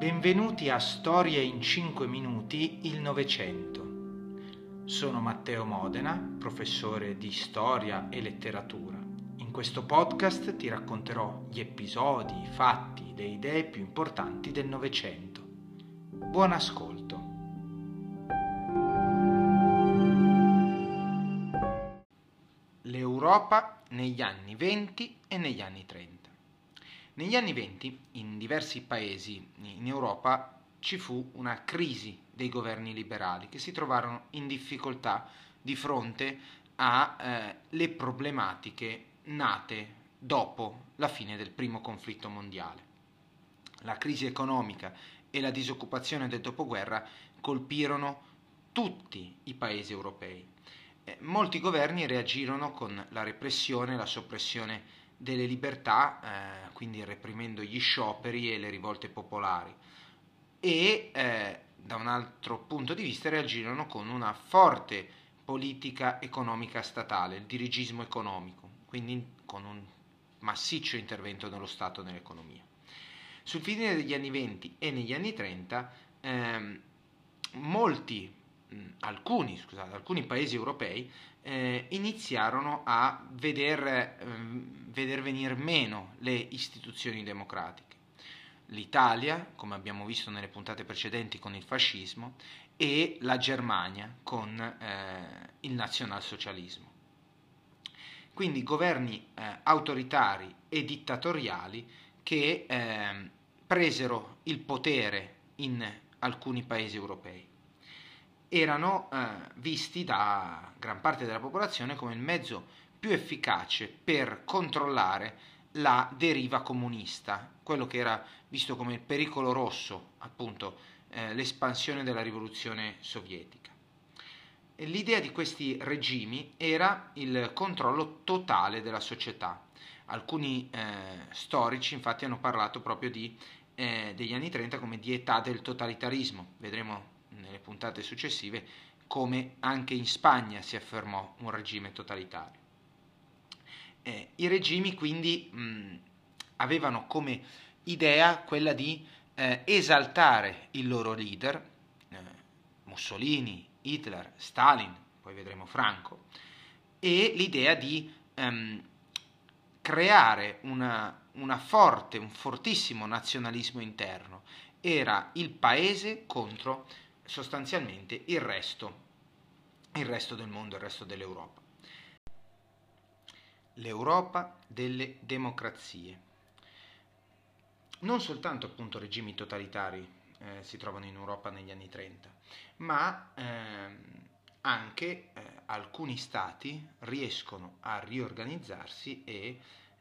Benvenuti a Storie in 5 minuti, il Novecento. Sono Matteo Modena, professore di storia e letteratura. In questo podcast ti racconterò gli episodi, i fatti, le idee più importanti del Novecento. Buon ascolto. L'Europa negli anni 20 e negli anni 30. Negli anni 20, in diversi paesi in Europa, ci fu una crisi dei governi liberali che si trovarono in difficoltà di fronte alle problematiche nate dopo la fine del primo conflitto mondiale. La crisi economica e la disoccupazione del dopoguerra colpirono tutti i paesi europei. Molti governi reagirono con la repressione e la soppressione delle libertà, quindi reprimendo gli scioperi e le rivolte popolari, e da un altro punto di vista reagirono con una forte politica economica statale, il dirigismo economico, quindi con un massiccio intervento dello Stato nell'economia. Sul finire degli anni 20 e negli anni 30 alcuni paesi europei iniziarono a veder venire meno le istituzioni democratiche. L'Italia, come abbiamo visto nelle puntate precedenti con il fascismo, e la Germania con il nazionalsocialismo. Quindi governi autoritari e dittatoriali che presero il potere in alcuni paesi europei. Erano visti da gran parte della popolazione come il mezzo più efficace per controllare la deriva comunista, quello che era visto come il pericolo rosso, appunto l'espansione della rivoluzione sovietica. L'idea di questi regimi era il controllo totale della società. Alcuni storici infatti hanno parlato proprio degli anni 30 come di età del totalitarismo. Vedremo nelle puntate successive come anche in Spagna si affermò un regime totalitario. I regimi quindi avevano come idea quella di esaltare il loro leader, Mussolini, Hitler, Stalin, poi vedremo Franco, e l'idea di creare un fortissimo nazionalismo interno. Era il paese contro sostanzialmente il resto del mondo, il resto dell'Europa. L'Europa delle democrazie. Non soltanto appunto regimi totalitari si trovano in Europa negli anni 30, ma anche alcuni stati riescono a riorganizzarsi e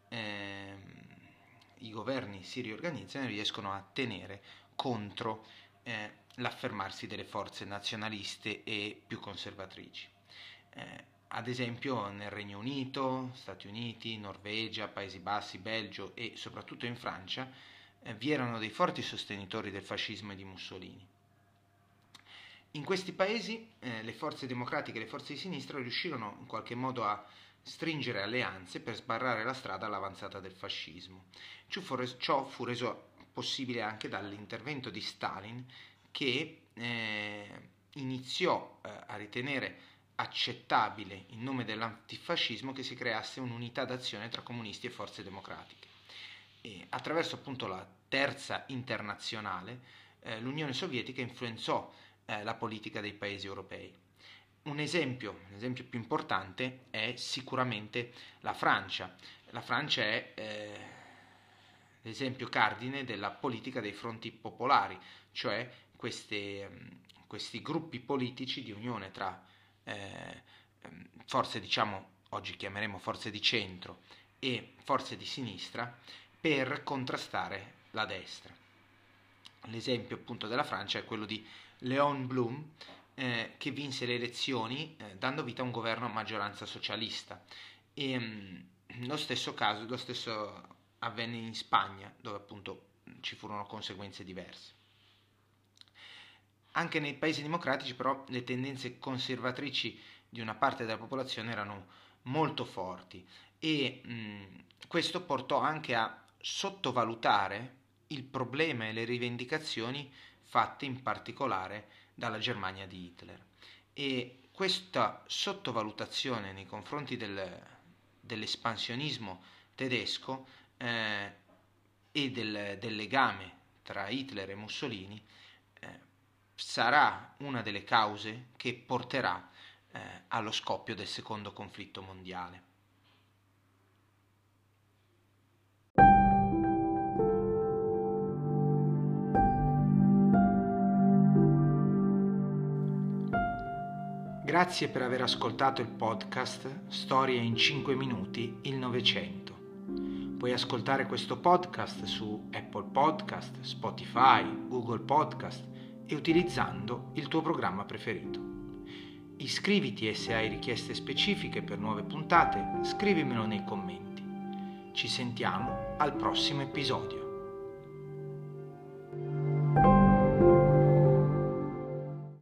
i governi si riorganizzano e riescono a tenere contro l'affermarsi delle forze nazionaliste e più conservatrici. Ad esempio nel Regno Unito, Stati Uniti, Norvegia, Paesi Bassi, Belgio e soprattutto in Francia vi erano dei forti sostenitori del fascismo e di Mussolini. In questi paesi le forze democratiche e le forze di sinistra riuscirono in qualche modo a stringere alleanze per sbarrare la strada all'avanzata del fascismo. Ciò fu reso possibile anche dall'intervento di Stalin, che iniziò a ritenere accettabile in nome dell'antifascismo che si creasse un'unità d'azione tra comunisti e forze democratiche. E attraverso appunto la terza internazionale l'Unione Sovietica influenzò la politica dei paesi europei. L'esempio più importante è sicuramente la Francia. La Francia è l'esempio cardine della politica dei fronti popolari, cioè questi gruppi politici di unione tra forze, diciamo, oggi chiameremo forze di centro e forze di sinistra per contrastare la destra. L'esempio appunto della Francia è quello di Léon Blum, che vinse le elezioni dando vita a un governo a maggioranza socialista. E lo stesso avvenne in Spagna, dove appunto ci furono conseguenze diverse. Anche nei paesi democratici però le tendenze conservatrici di una parte della popolazione erano molto forti e questo portò anche a sottovalutare il problema e le rivendicazioni fatte in particolare dalla Germania di Hitler. E questa sottovalutazione nei confronti dell'espansionismo tedesco e del legame tra Hitler e Mussolini sarà una delle cause che porterà allo scoppio del secondo conflitto mondiale. Grazie per aver ascoltato il podcast Storie in 5 minuti, il Novecento. Puoi ascoltare questo podcast su Apple Podcast, Spotify, Google Podcast e utilizzando il tuo programma preferito. Iscriviti e se hai richieste specifiche per nuove puntate, scrivimelo nei commenti. Ci sentiamo al prossimo episodio.